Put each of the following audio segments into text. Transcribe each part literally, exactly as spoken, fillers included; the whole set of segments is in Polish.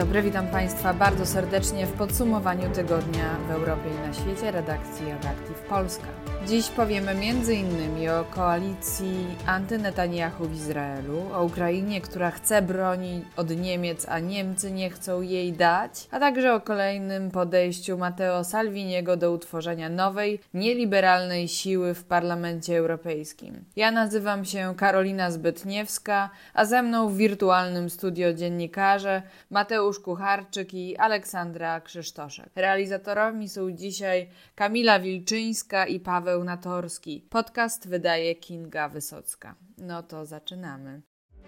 dobry, witam Państwa bardzo serdecznie w podsumowaniu tygodnia w Europie i na świecie redakcji Euractiv Polska. Dziś powiemy między innymi o koalicji antynetanjahu w Izraelu, o Ukrainie, która chce broni od Niemiec, a Niemcy nie chcą jej dać, a także o kolejnym podejściu Matteo Salviniego do utworzenia nowej, nieliberalnej siły w Parlamencie Europejskim. Ja nazywam się Karolina Zbytniewska, a ze mną w wirtualnym studio dziennikarze Mateusz Kucharczyk i Aleksandra Krzysztoszek. Realizatorami są dzisiaj Kamila Wilczyńska i Paweł Natorski. Podcast wydaje Kinga Wysocka. No to zaczynamy.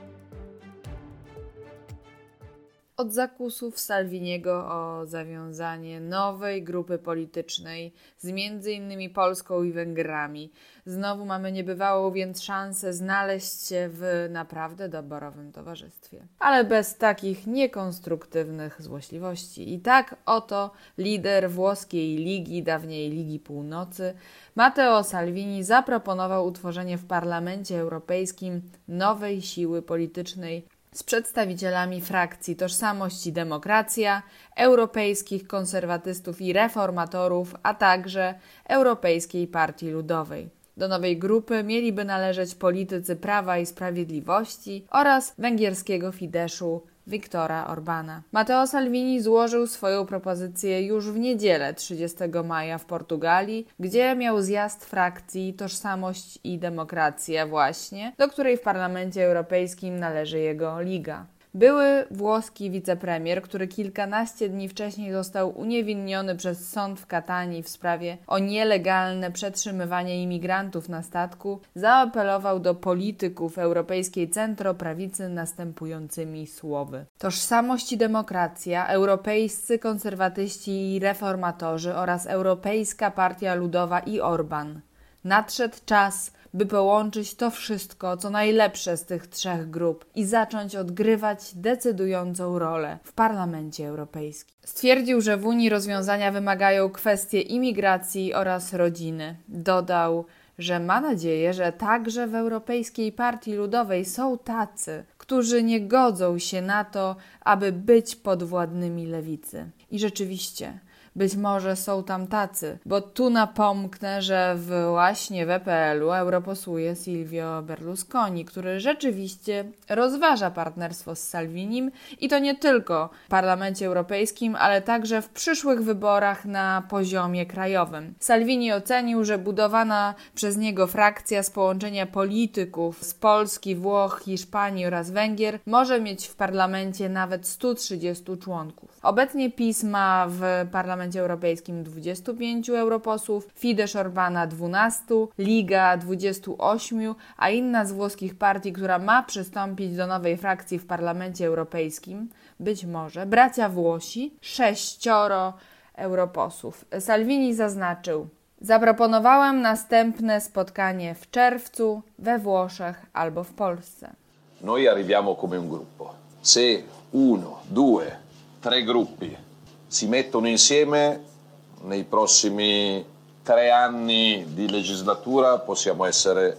Od zakusów Salviniego o zawiązanie nowej grupy politycznej z między innymi Polską i Węgrami. Znowu mamy niebywałą więc szansę znaleźć się w naprawdę doborowym towarzystwie. Ale bez takich niekonstruktywnych złośliwości. I tak oto lider włoskiej Ligi, dawniej Ligi Północy, Matteo Salvini zaproponował utworzenie w Parlamencie Europejskim nowej siły politycznej z przedstawicielami frakcji Tożsamość i Demokracja, Europejskich Konserwatystów i Reformatorów, a także Europejskiej Partii Ludowej. Do nowej grupy mieliby należeć politycy Prawa i Sprawiedliwości oraz węgierskiego Fideszu Viktora Orbana. Matteo Salvini złożył swoją propozycję już w niedzielę trzydziestego maja w Portugalii, gdzie miał zjazd frakcji Tożsamość i Demokracja właśnie, do której w Parlamencie Europejskim należy jego Liga. Były włoski wicepremier, który kilkanaście dni wcześniej został uniewinniony przez sąd w Katanii w sprawie o nielegalne przetrzymywanie imigrantów na statku, zaapelował do polityków europejskiej centroprawicy następującymi słowy. Tożsamość i Demokracja, Europejscy Konserwatyści i Reformatorzy oraz Europejska Partia Ludowa i Orban. Nadszedł czas, by połączyć to wszystko, co najlepsze z tych trzech grup i zacząć odgrywać decydującą rolę w Parlamencie Europejskim. Stwierdził, że w Unii rozwiązania wymagają kwestie imigracji oraz rodziny. Dodał, że ma nadzieję, że także w Europejskiej Partii Ludowej są tacy, którzy nie godzą się na to, aby być podwładnymi lewicy. I rzeczywiście, być może są tam tacy, bo tu napomknę, że właśnie w E P L u europosłuje Silvio Berlusconi, który rzeczywiście rozważa partnerstwo z Salvinim i to nie tylko w Parlamencie Europejskim, ale także w przyszłych wyborach na poziomie krajowym. Salvini ocenił, że budowana przez niego frakcja z połączenia polityków z Polski, Włoch, Hiszpanii oraz Węgier może mieć w parlamencie nawet stu trzydziestu członków. Obecnie PiS ma w parlamencie Europejskim dwudziestu pięciu europosłów, Fidesz Orbana dwunastu, Liga dwudziestu ośmiu, a inna z włoskich partii, która ma przystąpić do nowej frakcji w Parlamencie Europejskim, być może bracia Włosi, sześcioro europosłów. Salvini zaznaczył: zaproponowałem następne spotkanie w czerwcu we Włoszech albo w Polsce. Noi arriviamo come un gruppo. Se uno, due, tre gruppi si mettono insieme nei prossimi tre anni di legislatura possiamo essere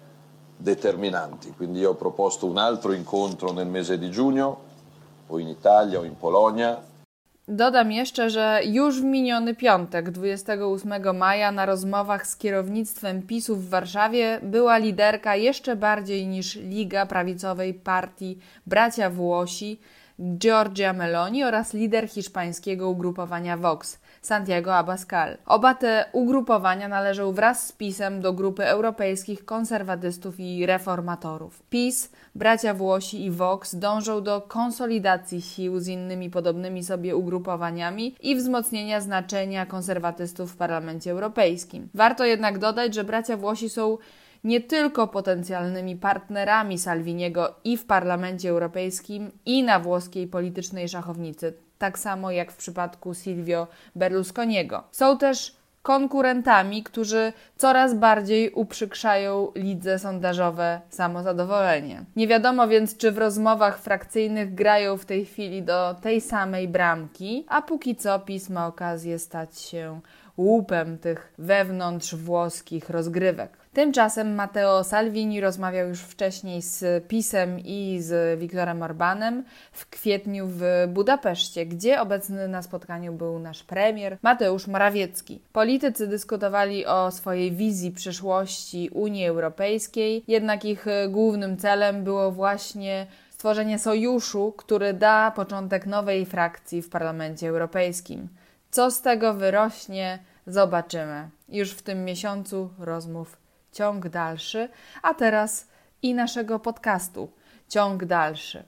determinanti. Quindi io ho proposto un altro incontro nel mese di giugno, o in Italia o in Polonia. Dodam jeszcze, że już w miniony piątek, dwudziestego ósmego maja, na rozmowach z kierownictwem PiSu w Warszawie była liderka jeszcze bardziej niż Liga prawicowej partii Bracia Włosi, Giorgia Meloni, oraz lider hiszpańskiego ugrupowania Vox, Santiago Abascal. Oba te ugrupowania należą wraz z PiSem do grupy europejskich konserwatystów i reformatorów. PiS, Bracia Włosi i Vox dążą do konsolidacji sił z innymi podobnymi sobie ugrupowaniami i wzmocnienia znaczenia konserwatystów w Parlamencie Europejskim. Warto jednak dodać, że Bracia Włosi są nie tylko potencjalnymi partnerami Salviniego i w Parlamencie Europejskim, i na włoskiej politycznej szachownicy, tak samo jak w przypadku Silvio Berlusconiego. Są też konkurentami, którzy coraz bardziej uprzykrzają lidze sondażowe samozadowolenie. Nie wiadomo więc, czy w rozmowach frakcyjnych grają w tej chwili do tej samej bramki, a póki co PiS ma okazję stać się łupem tych wewnątrz włoskich rozgrywek. Tymczasem Matteo Salvini rozmawiał już wcześniej z PiS-em i z Viktorem Orbanem w kwietniu w Budapeszcie, gdzie obecny na spotkaniu był nasz premier Mateusz Morawiecki. Politycy dyskutowali o swojej wizji przyszłości Unii Europejskiej, jednak ich głównym celem było właśnie stworzenie sojuszu, który da początek nowej frakcji w Parlamencie Europejskim. Co z tego wyrośnie, zobaczymy. Już w tym miesiącu rozmów ciąg dalszy, a teraz i naszego podcastu ciąg dalszy.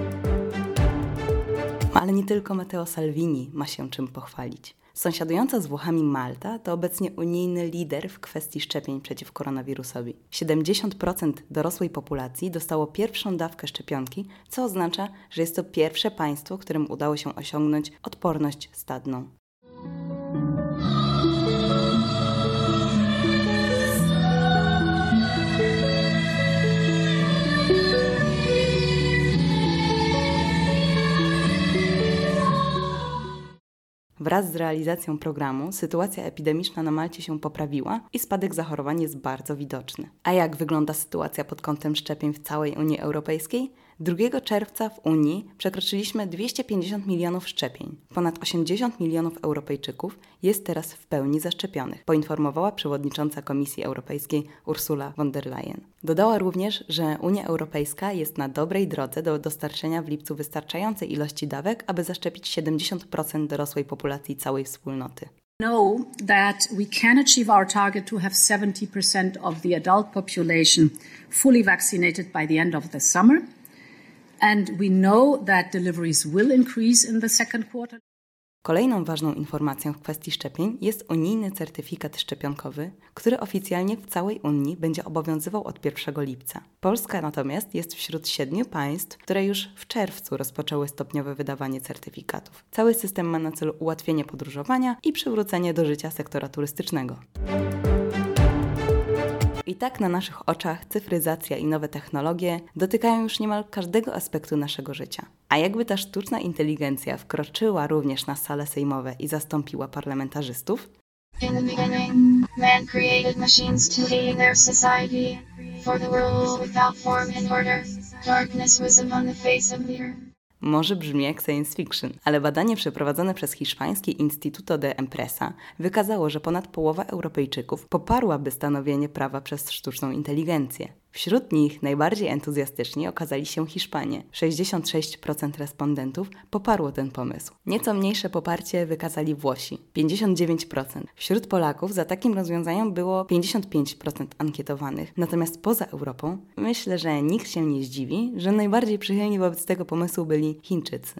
Ale nie tylko Matteo Salvini ma się czym pochwalić. Sąsiadująca z Włochami Malta to obecnie unijny lider w kwestii szczepień przeciw koronawirusowi. siedemdziesiąt procent dorosłej populacji dostało pierwszą dawkę szczepionki, co oznacza, że jest to pierwsze państwo, którym udało się osiągnąć odporność stadną. Wraz z realizacją programu sytuacja epidemiczna na Malcie się poprawiła i spadek zachorowań jest bardzo widoczny. A jak wygląda sytuacja pod kątem szczepień w całej Unii Europejskiej? drugiego czerwca w Unii przekroczyliśmy dwieście pięćdziesiąt milionów szczepień. Ponad osiemdziesiąt milionów Europejczyków jest teraz w pełni zaszczepionych, poinformowała przewodnicząca Komisji Europejskiej Ursula von der Leyen. Dodała również, że Unia Europejska jest na dobrej drodze do dostarczenia w lipcu wystarczającej ilości dawek, aby zaszczepić siedemdziesiąt procent dorosłej populacji całej wspólnoty. Know that we can achieve our target to have seventy percent of the adult population fully vaccinated by the end of the summer. And we know that deliveries will increase in the second quarter. Kolejną ważną informacją w kwestii szczepień jest unijny certyfikat szczepionkowy, który oficjalnie w całej Unii będzie obowiązywał od pierwszego lipca. Polska natomiast jest wśród siedmiu państw, które już w czerwcu rozpoczęły stopniowe wydawanie certyfikatów. Cały system ma na celu ułatwienie podróżowania i przywrócenie do życia sektora turystycznego. I tak na naszych oczach cyfryzacja i nowe technologie dotykają już niemal każdego aspektu naszego życia. A jakby ta sztuczna inteligencja wkroczyła również na sale sejmowe i zastąpiła parlamentarzystów? In the beginning, man created machines to lead their society, for the world without form and order. Darkness was upon the face of the earth. Może brzmi jak science fiction, ale badanie przeprowadzone przez hiszpański Instituto de Empresa wykazało, że ponad połowa Europejczyków poparłaby stanowienie prawa przez sztuczną inteligencję. Wśród nich najbardziej entuzjastyczni okazali się Hiszpanie. sześćdziesiąt sześć procent respondentów poparło ten pomysł. Nieco mniejsze poparcie wykazali Włosi, pięćdziesiąt dziewięć procent. Wśród Polaków za takim rozwiązaniem było pięćdziesiąt pięć procent ankietowanych. Natomiast poza Europą myślę, że nikt się nie zdziwi, że najbardziej przychylni wobec tego pomysłu byli Chińczycy.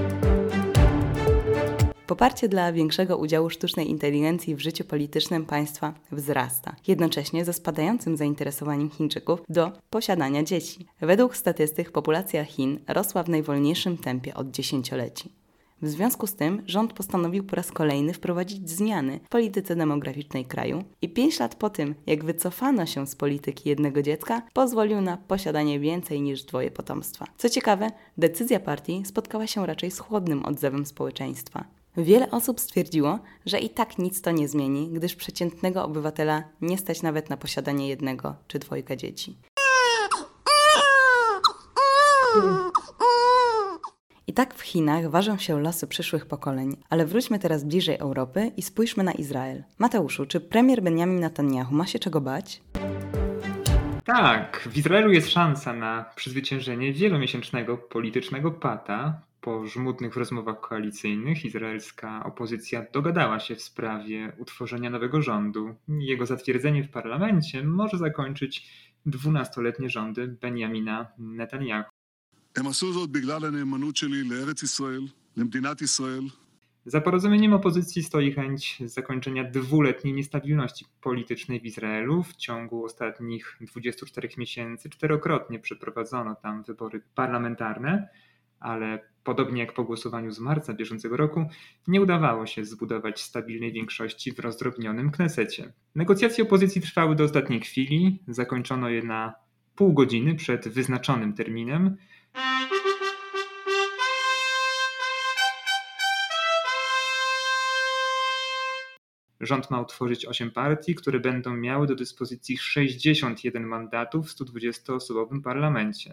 Poparcie dla większego udziału sztucznej inteligencji w życiu politycznym państwa wzrasta, jednocześnie ze spadającym zainteresowaniem Chińczyków do posiadania dzieci. Według statystyk populacja Chin rosła w najwolniejszym tempie od dziesięcioleci. W związku z tym rząd postanowił po raz kolejny wprowadzić zmiany w polityce demograficznej kraju i pięć lat po tym, jak wycofano się z polityki jednego dziecka, pozwolił na posiadanie więcej niż dwoje potomstwa. Co ciekawe, decyzja partii spotkała się raczej z chłodnym odzewem społeczeństwa. Wiele osób stwierdziło, że i tak nic to nie zmieni, gdyż przeciętnego obywatela nie stać nawet na posiadanie jednego czy dwojga dzieci. I tak w Chinach ważą się losy przyszłych pokoleń, ale wróćmy teraz bliżej Europy i spójrzmy na Izrael. Mateuszu, czy premier Benjamin Netanyahu ma się czego bać? Tak, w Izraelu jest szansa na przezwyciężenie wielomiesięcznego politycznego pata. Po żmudnych rozmowach koalicyjnych izraelska opozycja dogadała się w sprawie utworzenia nowego rządu. Jego zatwierdzenie w parlamencie może zakończyć dwunastoletnie rządy Benjamina Netanyahu. Za porozumieniem opozycji stoi chęć zakończenia dwuletniej niestabilności politycznej w Izraelu. W ciągu ostatnich dwudziestu czterech miesięcy czterokrotnie przeprowadzono tam wybory parlamentarne, ale podobnie jak po głosowaniu z marca bieżącego roku, nie udawało się zbudować stabilnej większości w rozdrobnionym Knesecie. Negocjacje opozycji trwały do ostatniej chwili, zakończono je na pół godziny przed wyznaczonym terminem. Rząd ma utworzyć osiem partii, które będą miały do dyspozycji sześćdziesiąt jeden mandatów w stu dwudziestoosobowym parlamencie.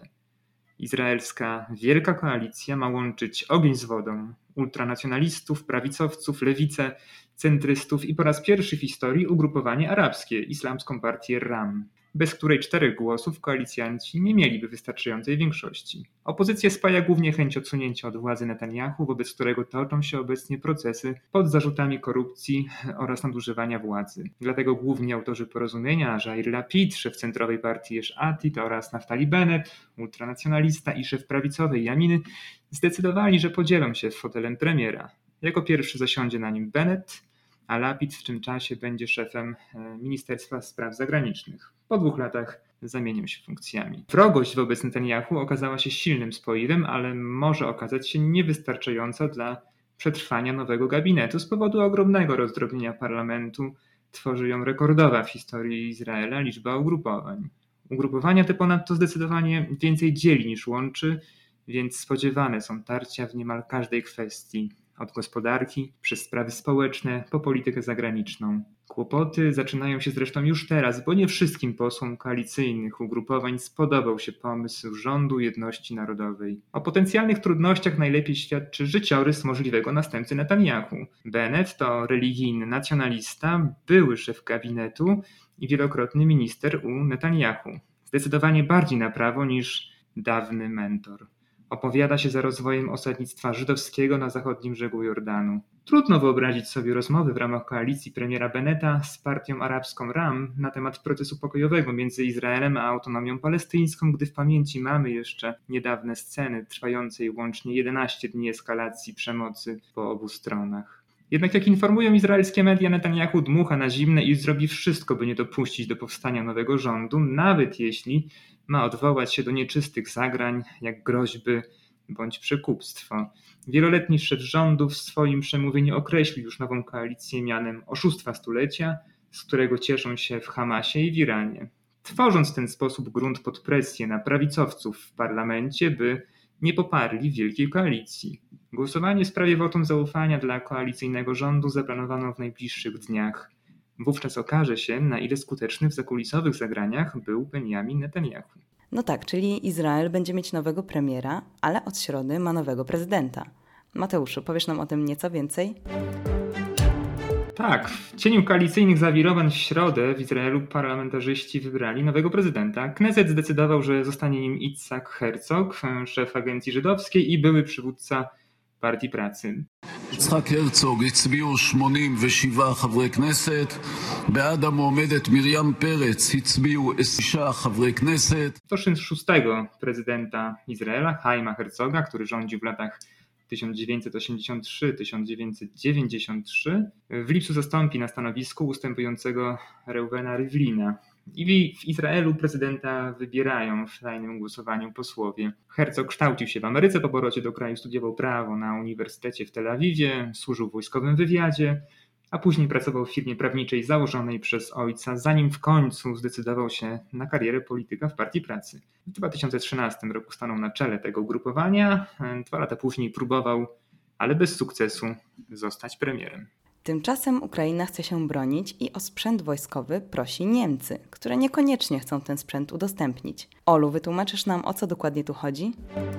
Izraelska Wielka Koalicja ma łączyć ogień z wodą, ultranacjonalistów, prawicowców, lewicę, centrystów i po raz pierwszy w historii ugrupowanie arabskie, islamską partię Ram, bez której czterech głosów koalicjanci nie mieliby wystarczającej większości. Opozycję spaja głównie chęć odsunięcia od władzy Netanjahu, wobec którego toczą się obecnie procesy pod zarzutami korupcji oraz nadużywania władzy. Dlatego główni autorzy porozumienia, Jair Lapid, szef centrowej partii Yesh Atid oraz Naftali Bennett, ultranacjonalista i szef prawicowej Yaminy, zdecydowali, że podzielą się fotelem premiera. Jako pierwszy zasiądzie na nim Bennett, a Lapid w tym czasie będzie szefem Ministerstwa Spraw Zagranicznych. Po dwóch latach zamienią się funkcjami. Wrogość wobec Netanjahu okazała się silnym spoiwem, ale może okazać się niewystarczająca dla przetrwania nowego gabinetu z powodu ogromnego rozdrobnienia parlamentu. Tworzy ją rekordowa w historii Izraela liczba ugrupowań. Ugrupowania te ponadto zdecydowanie więcej dzieli niż łączy, więc spodziewane są tarcia w niemal każdej kwestii. Od gospodarki, przez sprawy społeczne, po politykę zagraniczną. Kłopoty zaczynają się zresztą już teraz, bo nie wszystkim posłom koalicyjnych ugrupowań spodobał się pomysł rządu jedności narodowej. O potencjalnych trudnościach najlepiej świadczy życiorys możliwego następcy Netanjahu. Bennett to religijny nacjonalista, były szef gabinetu i wielokrotny minister u Netanjahu. Zdecydowanie bardziej na prawo niż dawny mentor. Opowiada się za rozwojem osadnictwa żydowskiego na zachodnim brzegu Jordanu. Trudno wyobrazić sobie rozmowy w ramach koalicji premiera Bennetta z partią arabską Ram na temat procesu pokojowego między Izraelem a autonomią palestyńską, gdy w pamięci mamy jeszcze niedawne sceny trwającej łącznie jedenaście dni eskalacji przemocy po obu stronach. Jednak jak informują izraelskie media, Netanjahu dmucha na zimne i zrobi wszystko, by nie dopuścić do powstania nowego rządu, nawet jeśli ma odwołać się do nieczystych zagrań, jak groźby bądź przekupstwo. Wieloletni szef rządu w swoim przemówieniu określił już nową koalicję mianem oszustwa stulecia, z którego cieszą się w Hamasie i w Iranie. Tworząc w ten sposób grunt pod presję na prawicowców w parlamencie, by nie poparli wielkiej koalicji. Głosowanie w sprawie wotum zaufania dla koalicyjnego rządu zaplanowano w najbliższych dniach. Wówczas okaże się, na ile skuteczny w zakulisowych zagraniach był Benjamin Netanjahu. No tak, czyli Izrael będzie mieć nowego premiera, ale od środy ma nowego prezydenta. Mateuszu, powiesz nam o tym nieco więcej? Tak, w cieniu koalicyjnych zawirowań w środę w Izraelu parlamentarzyści wybrali nowego prezydenta. Kneset zdecydował, że zostanie nim Itzhak Herzog, szef agencji żydowskiej i były przywódca Partii Pracy. יצחק הרצוג הצביעו שמונים ושבעה חברי כנסת, בעד המועמדת מרים פרץ הצביעו שישה חברי כנסת. To syn szóstego prezydenta Izraela, Chaima Herzoga, który rządził w latach tysiąc dziewięćset osiemdziesiąt trzy do tysiąc dziewięćset dziewięćdziesiąt trzy. W lipcu zastąpi na stanowisku ustępującego Reuvena Rivlina. I w Izraelu prezydenta wybierają w tajnym głosowaniu posłowie. Herzog kształcił się w Ameryce, po powrocie do kraju studiował prawo na Uniwersytecie w Tel Awiwie, służył w wojskowym wywiadzie, a później pracował w firmie prawniczej założonej przez ojca, zanim w końcu zdecydował się na karierę polityka w Partii Pracy. W dwa tysiące trzynastym roku stanął na czele tego ugrupowania, dwa lata później próbował, ale bez sukcesu, zostać premierem. Tymczasem Ukraina chce się bronić i o sprzęt wojskowy prosi Niemcy, które niekoniecznie chcą ten sprzęt udostępnić. Olu, wytłumaczysz nam, o co dokładnie tu chodzi?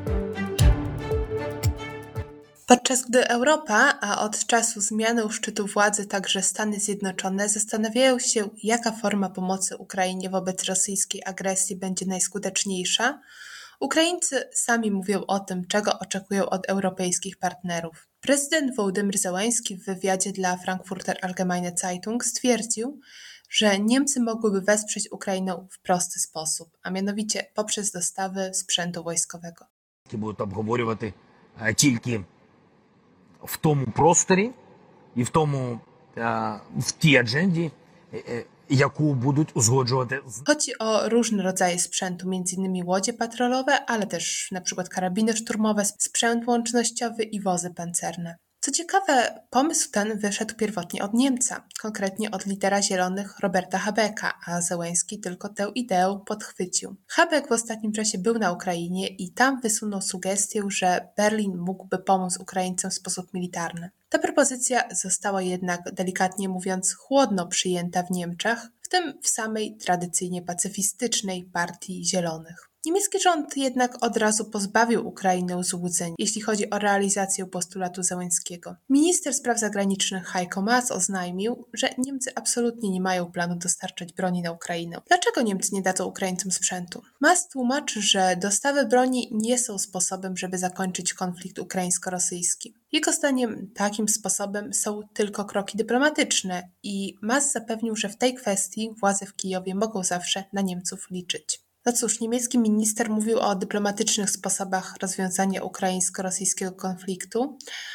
Podczas gdy Europa, a od czasu zmiany u szczytu władzy także Stany Zjednoczone zastanawiają się, jaka forma pomocy Ukrainie wobec rosyjskiej agresji będzie najskuteczniejsza, Ukraińcy sami mówią o tym, czego oczekują od europejskich partnerów. Prezydent Wołodymyr Zełański w wywiadzie dla Frankfurter Allgemeine Zeitung stwierdził, że Niemcy mogłyby wesprzeć Ukrainę w prosty sposób, a mianowicie poprzez dostawy sprzętu wojskowego. Будуть обговорювати тільки в тому просторі і в тому в тій адженді, jaką будуть узгоджувати. Chodzi o różne rodzaje sprzętu, m.in. łodzie patrolowe, ale też np. karabiny szturmowe, sprzęt łącznościowy i wozy pancerne. Co ciekawe, pomysł ten wyszedł pierwotnie od Niemca, konkretnie od lidera Zielonych Roberta Habecka, a Zełenski tylko tę ideę podchwycił. Habeck w ostatnim czasie był na Ukrainie i tam wysunął sugestię, że Berlin mógłby pomóc Ukraińcom w sposób militarny. Ta propozycja została jednak, delikatnie mówiąc, chłodno przyjęta w Niemczech, w tym w samej tradycyjnie pacyfistycznej Partii Zielonych. Niemiecki rząd jednak od razu pozbawił Ukrainę złudzeń, jeśli chodzi o realizację postulatu Zełenskiego. Minister spraw zagranicznych Heiko Maas oznajmił, że Niemcy absolutnie nie mają planu dostarczać broni na Ukrainę. Dlaczego Niemcy nie dadzą Ukraińcom sprzętu? Maas tłumaczy, że dostawy broni nie są sposobem, żeby zakończyć konflikt ukraińsko-rosyjski. Jego zdaniem takim sposobem są tylko kroki dyplomatyczne i Maas zapewnił, że w tej kwestii władze w Kijowie mogą zawsze na Niemców liczyć. No cóż, niemiecki minister mówił o dyplomatycznych sposobach rozwiązania ukraińsko-rosyjskiego konfliktu,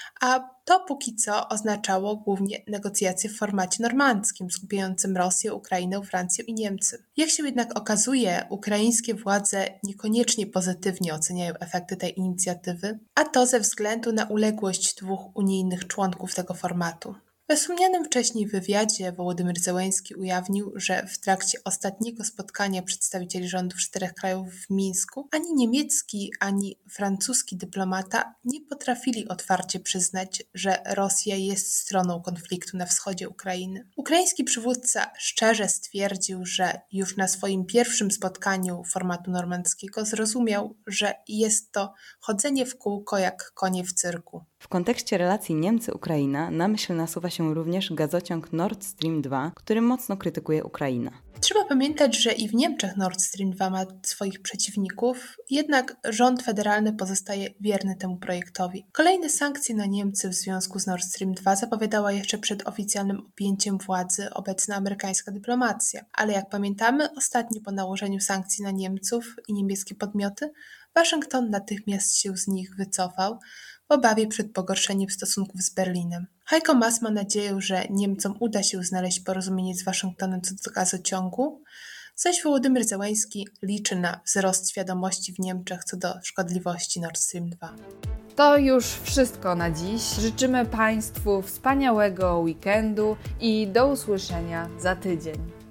a to póki co oznaczało głównie negocjacje w formacie normandzkim, skupiającym Rosję, Ukrainę, Francję i Niemcy. Jak się jednak okazuje, ukraińskie władze niekoniecznie pozytywnie oceniają efekty tej inicjatywy, a to ze względu na uległość dwóch unijnych członków tego formatu. We wspomnianym wcześniej wywiadzie Wołodymyr Zełenski ujawnił, że w trakcie ostatniego spotkania przedstawicieli rządów czterech krajów w Mińsku ani niemiecki, ani francuski dyplomata nie potrafili otwarcie przyznać, że Rosja jest stroną konfliktu na wschodzie Ukrainy. Ukraiński przywódca szczerze stwierdził, że już na swoim pierwszym spotkaniu formatu normandzkiego zrozumiał, że jest to chodzenie w kółko jak konie w cyrku. W kontekście relacji Niemcy-Ukraina na myśl nasuwa się również gazociąg Nord Stream dwa, który mocno krytykuje Ukraina. Trzeba pamiętać, że i w Niemczech Nord Stream dwa ma swoich przeciwników, jednak rząd federalny pozostaje wierny temu projektowi. Kolejne sankcje na Niemcy w związku z Nord Stream dwa zapowiadała jeszcze przed oficjalnym objęciem władzy obecna amerykańska dyplomacja. Ale jak pamiętamy, ostatnio po nałożeniu sankcji na Niemców i niemieckie podmioty, Waszyngton natychmiast się z nich wycofał, w obawie przed pogorszeniem stosunków z Berlinem. Heiko Maas ma nadzieję, że Niemcom uda się znaleźć porozumienie z Waszyngtonem co do gazociągu, zaś Wołodymyr Zełenski liczy na wzrost świadomości w Niemczech co do szkodliwości Nord Stream dwa. To już wszystko na dziś. Życzymy Państwu wspaniałego weekendu i do usłyszenia za tydzień.